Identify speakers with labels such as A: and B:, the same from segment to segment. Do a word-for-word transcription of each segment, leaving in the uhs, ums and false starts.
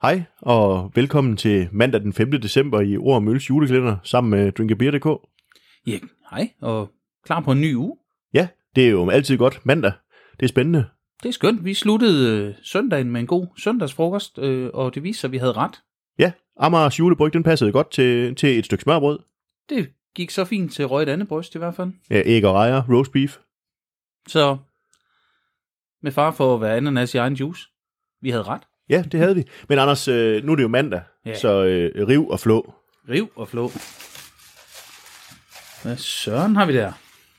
A: Hej, og velkommen til mandag den femte december i Ord og Mølles julekalender sammen med drinkabeer punktum d k.
B: Ja, hej, og klar på en ny uge.
A: Ja, det er jo altid godt mandag. Det er spændende.
B: Det er skønt. Vi sluttede øh, søndagen med en god søndagsfrokost, øh, og det viste sig, at vi havde ret.
A: Ja, Amagers julebryg, den passede godt til, til et stykke smørbrød.
B: Det gik så fint til røget andet bryst i hvert fald.
A: Ja, æg og rejer, roast beef.
B: Så med far for at være ananas i egen juice. Vi havde ret.
A: Ja, det havde vi. Men Anders, øh, nu er det jo mandag,
B: Ja.
A: så øh, riv og flå.
B: Riv og flå. Hvad søren har vi der?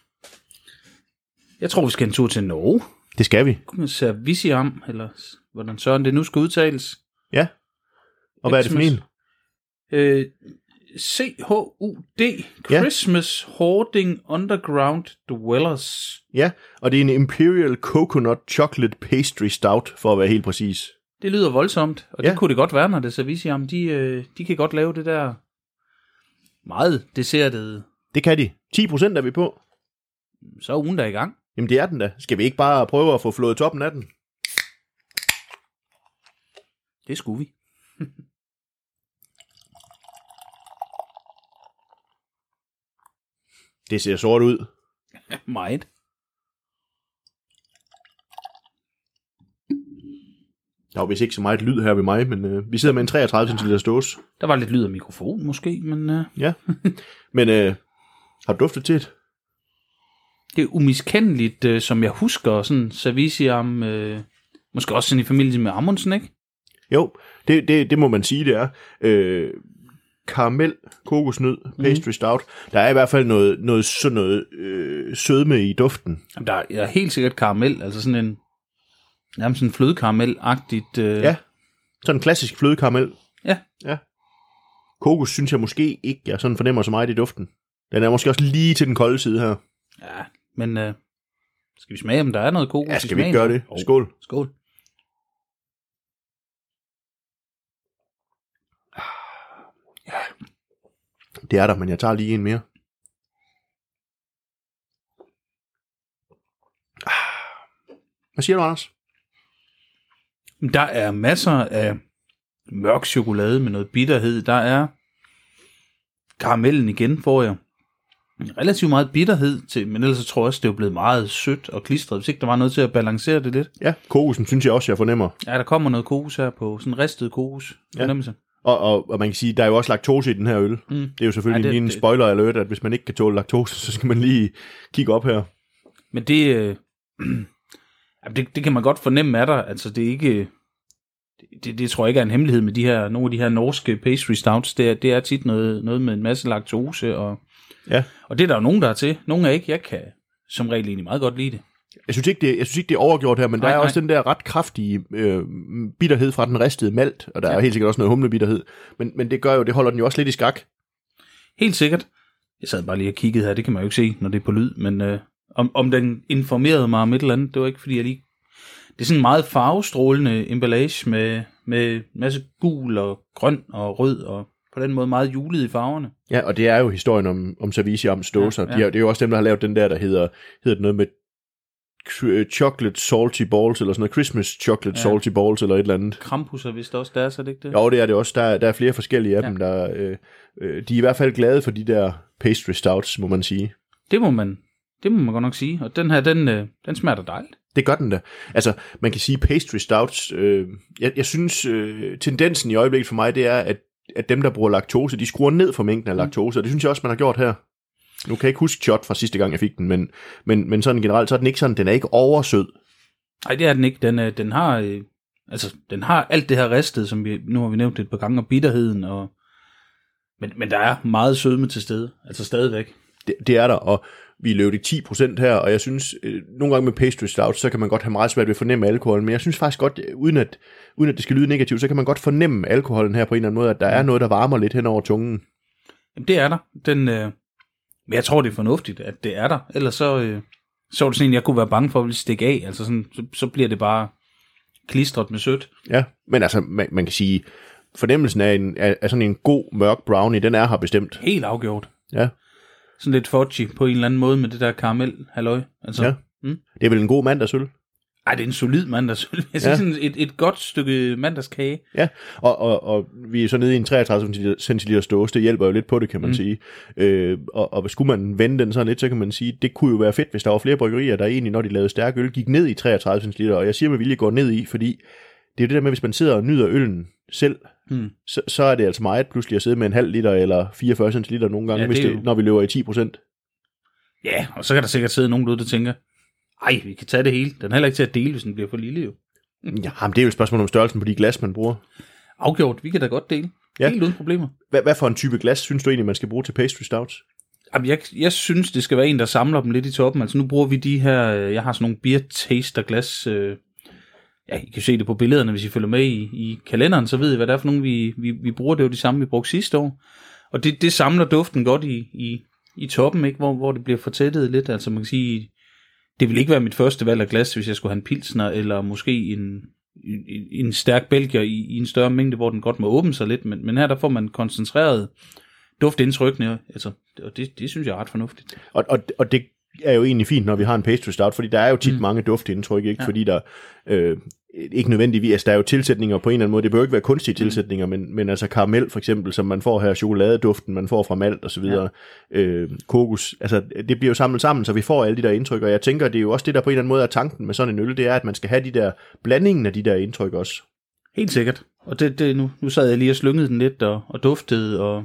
B: Jeg tror, vi skal en tur til Norge.
A: Det skal vi.
B: Serviciam, eller hvordan søren det nu skal udtales.
A: Ja. Og hvad er det for en?
B: Øh, C H U D, Christmas ja. Hoarding Underground Dwellers.
A: Ja, og det er en Imperial Coconut Chocolate Pastry Stout, for at være helt præcis.
B: Det lyder voldsomt, og
A: ja.
B: det kunne det godt være, når det er Serviciam. De, øh, de kan godt lave det der meget dessertede. Det
A: kan de. ti procent er vi på.
B: Så er ugen der i gang.
A: Jamen det er den da. Skal vi ikke bare prøve at få flået toppen af den?
B: Det skulle vi.
A: Det ser sort ud.
B: Meget.
A: Der var vist ikke så meget lyd her ved mig, men øh, vi sidder med en treogtredive centiliters dåse.
B: Der var lidt lyd af mikrofon måske, men... Øh...
A: Ja, men øh, har du duftet til det?
B: Det er umiskendeligt, øh, som jeg husker, sådan Serviciam, øh, måske også sådan i familie med Amundsen, ikke?
A: Jo, det, det, det må man sige, det er. Øh, karamel, kokosnød, pastry mm. stout. Der er i hvert fald noget, noget, sådan noget øh, sødme i duften.
B: Jamen, der er helt sikkert karamel, altså sådan en... Nærmest sådan en flødekaramel-agtigt... Øh...
A: Ja, sådan en klassisk flødekaramel.
B: Ja.
A: Ja. Kokos synes jeg måske ikke, jeg sådan fornemmer så meget i duften. Den er måske også lige til den kolde side her.
B: Ja, men øh, skal vi smage, om der er noget kokos?
A: Ja, skal vi ikke gøre det? Skål.
B: Oh, skål.
A: Ja, det er der, men jeg tager lige en mere. Hvad siger du, Anders?
B: Der er masser af mørk chokolade med noget bitterhed. Der er karamellen igen, får jeg. Relativt meget bitterhed til, men ellers tror jeg også, det er blevet meget sødt og klistret, hvis ikke der var noget til at balancere det lidt.
A: Ja, kokosen synes jeg også, jeg fornemmer.
B: Ja, der kommer noget kokos her på, sådan ristet kokos fornemmelse. Ja.
A: Og, og, og man kan sige, der er jo også laktose i den her øl. Mm. Det er jo selvfølgelig ja, det, lige en det, spoiler alert, at hvis man ikke kan tåle laktose, så skal man lige kigge op her.
B: Men det, øh, det, det kan man godt fornemme af der. Altså det er ikke, det, det tror jeg ikke er en hemmelighed med de her, nogle af de her norske pastry stouts. Det er, det er tit noget, noget med en masse laktose, og,
A: ja.
B: og det er der jo nogen, der er til. Nogle er ikke. Jeg kan som regel egentlig meget godt lide det.
A: Jeg synes ikke, det, jeg synes ikke, det er overgjort her, men nej, der er nej. også den der ret kraftige øh, bitterhed fra den ristede malt, og der ja. er helt sikkert også noget humlebitterhed. Men, men det gør jo, det holder den jo også lidt i skak.
B: Helt sikkert. Jeg sad bare lige og kiggede her, det kan man jo ikke se, når det er på lyd, men øh, om, om den informerede mig om et eller andet, det var ikke fordi jeg lige... Det er sådan en meget farvestrålende emballage med, med masse gul og grøn og rød, og på den måde meget julet i farverne.
A: Ja, og det er jo historien om, om Serviciams dåser. Ja, ja. De er, det er jo også dem, der har lavet den der, der hedder, hedder noget med chocolate salty balls, eller sådan noget, Christmas chocolate ja. salty balls, eller et eller andet.
B: Krampus er vist også der, så er det ikke det?
A: Jo, det er det også. Der, der er flere forskellige af ja. dem, der øh, øh, de er i hvert fald glade for de der pastry stouts, må man sige.
B: Det må man, det må man godt nok sige, og den her, den, øh, den smager dejligt.
A: Det gør den da. Altså, man kan sige pastry stouts, øh, jeg, jeg synes, øh, tendensen i øjeblikket for mig, det er, at, at dem, der bruger laktose, de skruer ned for mængden af laktose, og det synes jeg også, man har gjort her. Nu kan jeg ikke huske shot fra sidste gang, jeg fik den, men, men, men sådan generelt, så er den ikke sådan, den er ikke oversød.
B: Nej, det er den ikke. Den, øh, den har øh, altså, den har alt det her ristet, som vi, nu har vi nævnt et par gange, og bitterheden, og, men, men der er meget sødme til stede, altså stadigvæk.
A: Det, det er der, og vi løb i ti procent her, og jeg synes, øh, nogle gange med pastry stout, så kan man godt have meget svært ved at fornemme alkoholen, men jeg synes faktisk godt, uden at, uden at det skal lyde negativt, så kan man godt fornemme alkoholen her på en eller anden måde, at der er noget, der varmer lidt hen over tungen.
B: Jamen, det er der. Den... Øh Men jeg tror, det er fornuftigt, at det er der. Ellers så, øh, så er det sådan en, jeg kunne være bange for at ville stikke af. Altså sådan, så, så bliver det bare klistret med sødt.
A: Ja, men altså, man, man kan sige, fornemmelsen af, en, af, af sådan en god mørk brownie, den er her bestemt.
B: Helt afgjort.
A: Ja.
B: Sådan lidt fudgy på en eller anden måde med det der karamel halløj. Altså,
A: ja. Mm. Det er vel en god mandagsøl?
B: Ej, det er en solid mandagsøl. Jeg synes, ja. sådan et, et godt stykke mandagskage.
A: Ja, og, og, og vi er så nede i en treogtredive centiliter dåse, det hjælper jo lidt på det, kan man mm. sige. Øh, og, og skulle man vende den sådan lidt, så kan man sige, det kunne jo være fedt, hvis der var flere bryggerier, der egentlig, når de lavede stærk øl, gik ned i treogtredive centiliter, og jeg siger med vilje går ned i, fordi det er jo det der med, hvis man sidder og nyder øllen selv, mm. så, så er det altså meget pludselig at sidde med en halv liter eller fireogfyrre centiliter nogle gange, ja, hvis det, når vi løber i ti procent.
B: Ja, og så kan der sikkert sidde nogen derude, der tænker, ej, vi kan tage det hele. Den er heller ikke til at dele, hvis den bliver for lille, jo.
A: Ja, men det er jo et spørgsmål om størrelsen på de glas, man bruger.
B: Afgjort, vi kan da godt dele. Ja. Helt uden problemer.
A: Hvad, hvad for en type glas, synes du egentlig, man skal bruge til pastry stouts?
B: Jamen, jeg, jeg synes, det skal være en, der samler dem lidt i toppen. Altså, nu bruger vi de her, jeg har sådan nogle beer taster glas. Øh, ja, I kan se det på billederne, hvis I følger med i, i kalenderen, så ved I, hvad det er for nogle, vi, vi, vi bruger. Det er jo de samme, vi brugte sidste år. Og det, det samler duften godt i, i, i toppen, ikke? Hvor, hvor det bliver fortættet lidt. Altså, man kan sige, det vil ikke være mit første valg af glas, hvis jeg skulle have en pilsner, eller måske en, en, en stærk belgier i, i en større mængde, hvor den godt må åbne sig lidt. Men, men her der får man koncentreret duftindtrykkene, altså, og det, det synes jeg er ret fornuftigt.
A: Og, og, og det er jo egentlig fint, når vi har en pastry stout, fordi der er jo tit mm. mange duftindtryk, ikke? Ja. Fordi der øh, ikke nødvendigvis, altså der er jo tilsætninger på en eller anden måde, det bør jo ikke være kunstige tilsætninger, mm. men, men altså karamel for eksempel, som man får her, chokoladeduften, man får fra malt og så videre, ja. øh, kokos, altså det bliver jo samlet sammen, så vi får alle de der indtryk, og jeg tænker, det er jo også det, der på en eller anden måde er tanken med sådan en øl, det er, at man skal have de der, blandingen af de der indtryk også.
B: Helt sikkert, og det, det nu, nu sad jeg lige og slyngede den lidt, og, og duftede, og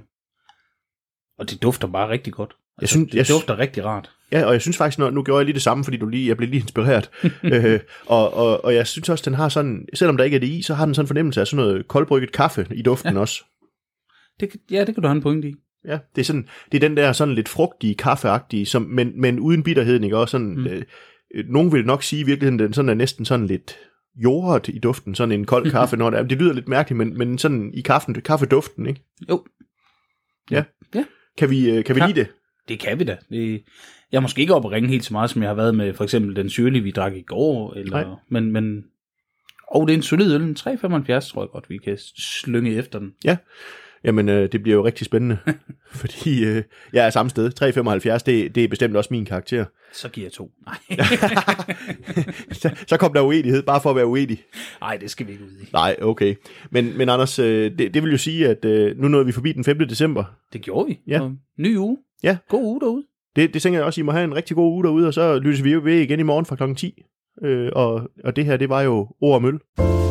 B: Og det dufter bare rigtig godt. Altså, jeg synes, det dufter jeg, rigtig rart.
A: Ja, og jeg synes faktisk, når, nu gjorde jeg lige det samme, fordi du lige, jeg blev lige inspireret. øh, og, og, og jeg synes også, den har sådan, selvom der ikke er det i, så har den sådan en fornemmelse af sådan noget koldbrygget kaffe i duften ja. også.
B: Det, ja, det kan du have en pointe i.
A: Ja, det er sådan, det er den der sådan lidt frugtige, kaffeagtige, som, men, men uden bitterheden, ikke? Og sådan, mm. øh, nogen vil nok sige i virkeligheden, den sådan er næsten sådan lidt jordet i duften, sådan en kold kaffe, når det er, det lyder lidt mærkeligt, men, men sådan i kaffen, kaffeduften, ikke?
B: Jo.
A: Ja.
B: Ja.
A: Kan vi, kan vi lide det?
B: Det kan vi da. Det, jeg er måske ikke oppe at ringe helt så meget, som jeg har været med for eksempel den syrlige, vi drak i går. Eller, men, men, og det er en solid øl, en tre femoghalvfjerds, tror jeg godt, vi kan slynge efter den.
A: Ja, jamen øh, det bliver jo rigtig spændende, fordi øh, jeg er samme sted. tre femoghalvfjerds, det, det er bestemt også min karakter.
B: Så giver jeg to. Nej.
A: så, så kom der uenighed, bare for at være uenig.
B: Nej, det skal vi ikke ud i.
A: Nej, okay. Men, men Anders, øh, det, det vil jo sige, at øh, nu nåede vi forbi den femte december.
B: Det gjorde vi.
A: Ja.
B: Ny uge.
A: Ja.
B: God uge derude.
A: Det, det tænker jeg også, I må have en rigtig god uge derude, og så lyttes vi jo ved igen i morgen fra klokken ti. Øh, og, og det her, det var jo ord og møl.